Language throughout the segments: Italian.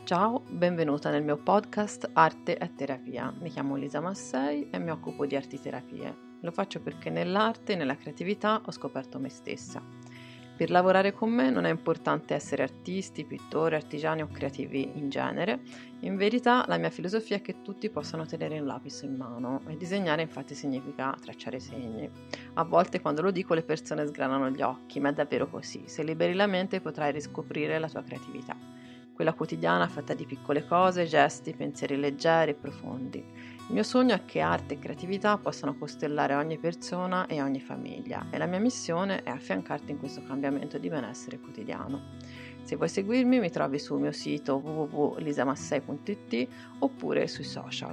Ciao, benvenuta nel mio podcast Arte e Terapia. Mi chiamo Lisa Massei e mi occupo di arti terapie. Lo faccio perché nell'arte e nella creatività ho scoperto me stessa. Per lavorare con me non è importante essere artisti, pittori, artigiani o creativi in genere. In verità la mia filosofia è che tutti possano tenere un lapis in mano e disegnare infatti significa tracciare segni. A volte quando lo dico le persone sgranano gli occhi, ma è davvero così. Se liberi la mente potrai riscoprire la tua creatività. Quella quotidiana fatta di piccole cose, gesti, pensieri leggeri e profondi. Il mio sogno è che arte e creatività possano costellare ogni persona e ogni famiglia e la mia missione è affiancarti in questo cambiamento di benessere quotidiano. Se vuoi seguirmi mi trovi sul mio sito www.lisamassei.it oppure sui social.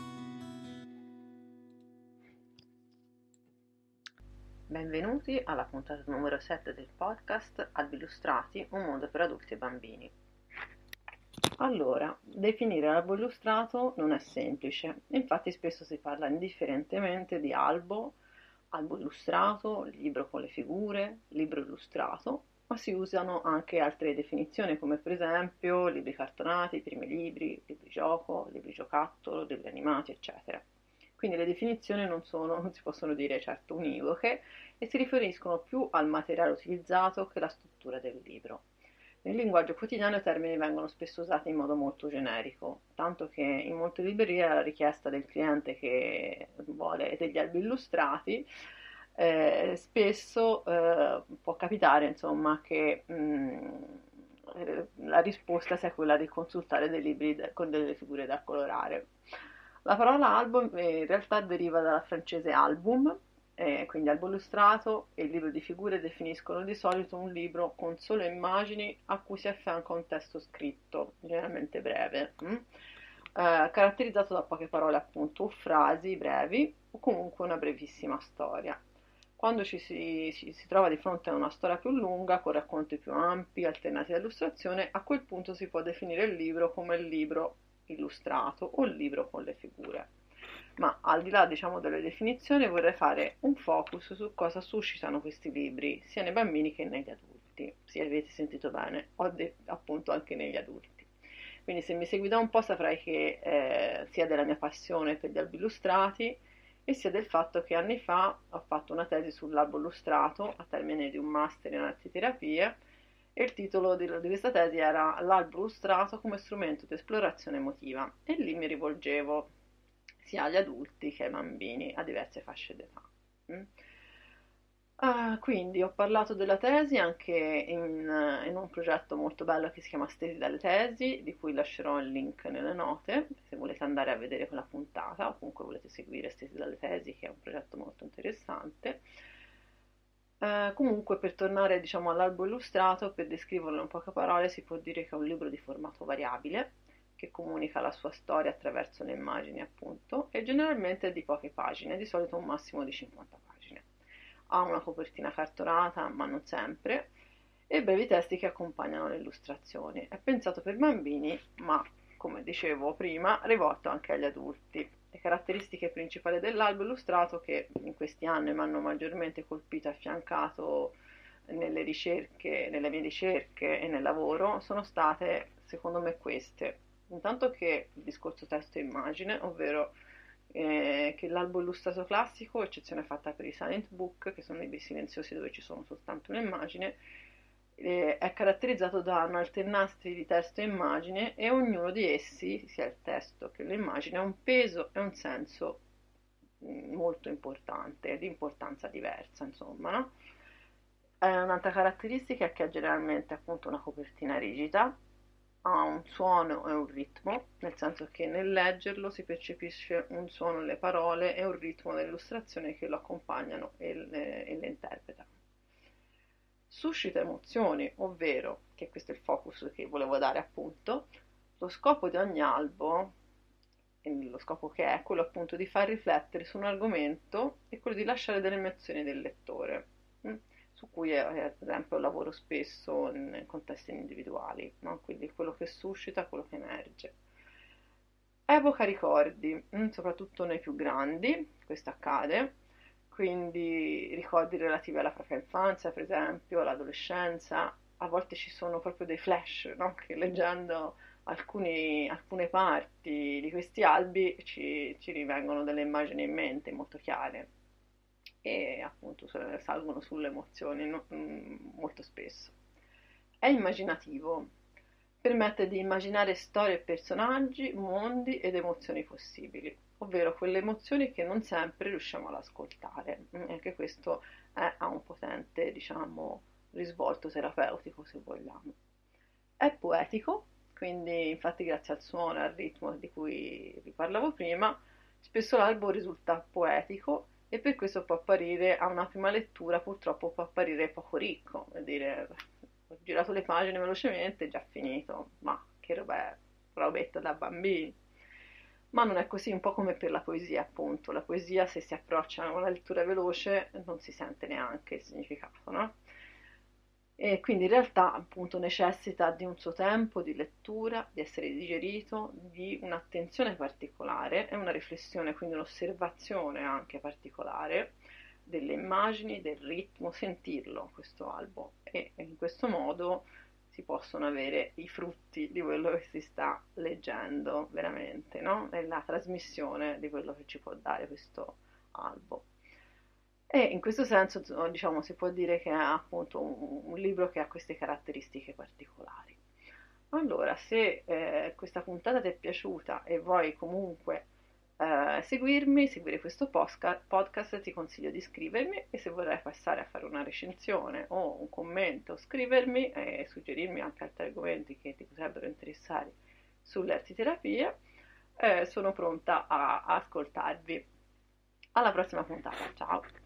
Benvenuti alla puntata numero 7 del podcast Albi Illustrati, un mondo per adulti e bambini. Allora, definire l'albo illustrato non è semplice, infatti spesso si parla indifferentemente di albo, albo illustrato, libro con le figure, libro illustrato, ma si usano anche altre definizioni come per esempio libri cartonati, primi libri gioco, libri giocattolo, libri animati, eccetera. Quindi le definizioni non si possono dire certo univoche e si riferiscono più al materiale utilizzato che alla struttura del libro. Nel linguaggio quotidiano i termini vengono spesso usati in modo molto generico, tanto che in molte librerie la richiesta del cliente che vuole degli albi illustrati spesso può capitare insomma che la risposta sia quella di consultare dei libri con delle figure da colorare. La parola album in realtà deriva dalla francese album, quindi albo illustrato e il libro di figure definiscono di solito un libro con solo immagini a cui si affianca un testo scritto, generalmente breve, caratterizzato da poche parole appunto o frasi brevi o comunque una brevissima storia. Quando ci si trova di fronte a una storia più lunga, con racconti più ampi, alternati da illustrazione, a quel punto si può definire il libro come il libro illustrato o il libro con le figure. Ma al di là, diciamo, delle definizioni, vorrei fare un focus su cosa suscitano questi libri, sia nei bambini che negli adulti. Sì, avete sentito bene, appunto anche negli adulti. Quindi se mi segui da un po' saprai che sia della mia passione per gli albi illustrati e sia del fatto che anni fa ho fatto una tesi sull'albo illustrato a termine di un master in artiterapie e il titolo di questa tesi era L'albo illustrato come strumento di esplorazione emotiva e lì mi rivolgevo sia agli adulti che ai bambini a diverse fasce d'età. Quindi ho parlato della tesi anche in un progetto molto bello che si chiama Stesi dalle tesi, di cui lascerò il link nelle note, se volete andare a vedere quella puntata o comunque volete seguire Stesi dalle tesi, che è un progetto molto interessante. Comunque per tornare diciamo all'albo illustrato, per descriverlo in poche parole si può dire che è un libro di formato variabile, che comunica la sua storia attraverso le immagini appunto, e generalmente è di poche pagine, di solito un massimo di 50 pagine. Ha una copertina cartonata, ma non sempre, e brevi testi che accompagnano le illustrazioni. È pensato per bambini, ma come dicevo prima, rivolto anche agli adulti. Le caratteristiche principali dell'albo illustrato che in questi anni mi hanno maggiormente colpito e affiancato nelle ricerche, nelle mie ricerche e nel lavoro sono state, secondo me, queste. Intanto che il discorso testo e immagine, ovvero che l'albo illustrato classico, eccezione fatta per i silent book, che sono libri silenziosi dove ci sono soltanto un'immagine, è caratterizzato da un'alternanza di testo e immagine e ognuno di essi, sia il testo che l'immagine, ha un peso e un senso molto importante, di importanza diversa, insomma, no? Un'altra caratteristica è che ha generalmente appunto una copertina rigida, ha un suono e un ritmo, nel senso che nel leggerlo si percepisce un suono nelle parole e un ritmo nell'illustrazione che lo accompagnano e le interpretano. Suscita emozioni, ovvero, che questo è il focus che volevo dare appunto, lo scopo di ogni albo, e lo scopo che è quello appunto di far riflettere su un argomento e quello di lasciare delle emozioni del lettore, su cui ad esempio lavoro spesso in contesti individuali, no? Quindi quello che suscita, quello che emerge. Evoca ricordi, soprattutto nei più grandi, questo accade, quindi ricordi relativi alla propria infanzia, per esempio, all'adolescenza, a volte ci sono proprio dei flash, no? Che leggendo alcune parti di questi albi ci rivengono delle immagini in mente molto chiare e appunto salgono sulle emozioni molto spesso. È immaginativo, permette di immaginare storie e personaggi, mondi ed emozioni possibili, ovvero quelle emozioni che non sempre riusciamo ad ascoltare. E anche questo ha un potente, diciamo, risvolto terapeutico, se vogliamo. È poetico, quindi infatti grazie al suono e al ritmo di cui vi parlavo prima, spesso l'albo risulta poetico e per questo può apparire a una prima lettura, purtroppo può apparire poco ricco, vuol dire ho girato le pagine velocemente, è già finito, ma che roba è, robetta da bambini. Ma non è così, un po' come per la poesia, appunto. La poesia, se si approccia a una lettura veloce, non si sente neanche il significato, no? E quindi in realtà appunto necessita di un suo tempo di lettura, di essere digerito, di un'attenzione particolare e una riflessione, quindi un'osservazione anche particolare delle immagini, del ritmo, sentirlo questo albo e in questo modo si possono avere i frutti di quello che si sta leggendo veramente, no? E la trasmissione di quello che ci può dare questo albo. E in questo senso, diciamo, si può dire che è appunto un libro che ha queste caratteristiche particolari. Allora, se questa puntata ti è piaciuta e vuoi comunque seguirmi, seguire questo podcast, ti consiglio di iscrivermi e se vorrai passare a fare una recensione o un commento, scrivermi e suggerirmi anche altri argomenti che ti potrebbero interessare sull'artiterapia, sono pronta a ascoltarvi. Alla prossima puntata, ciao!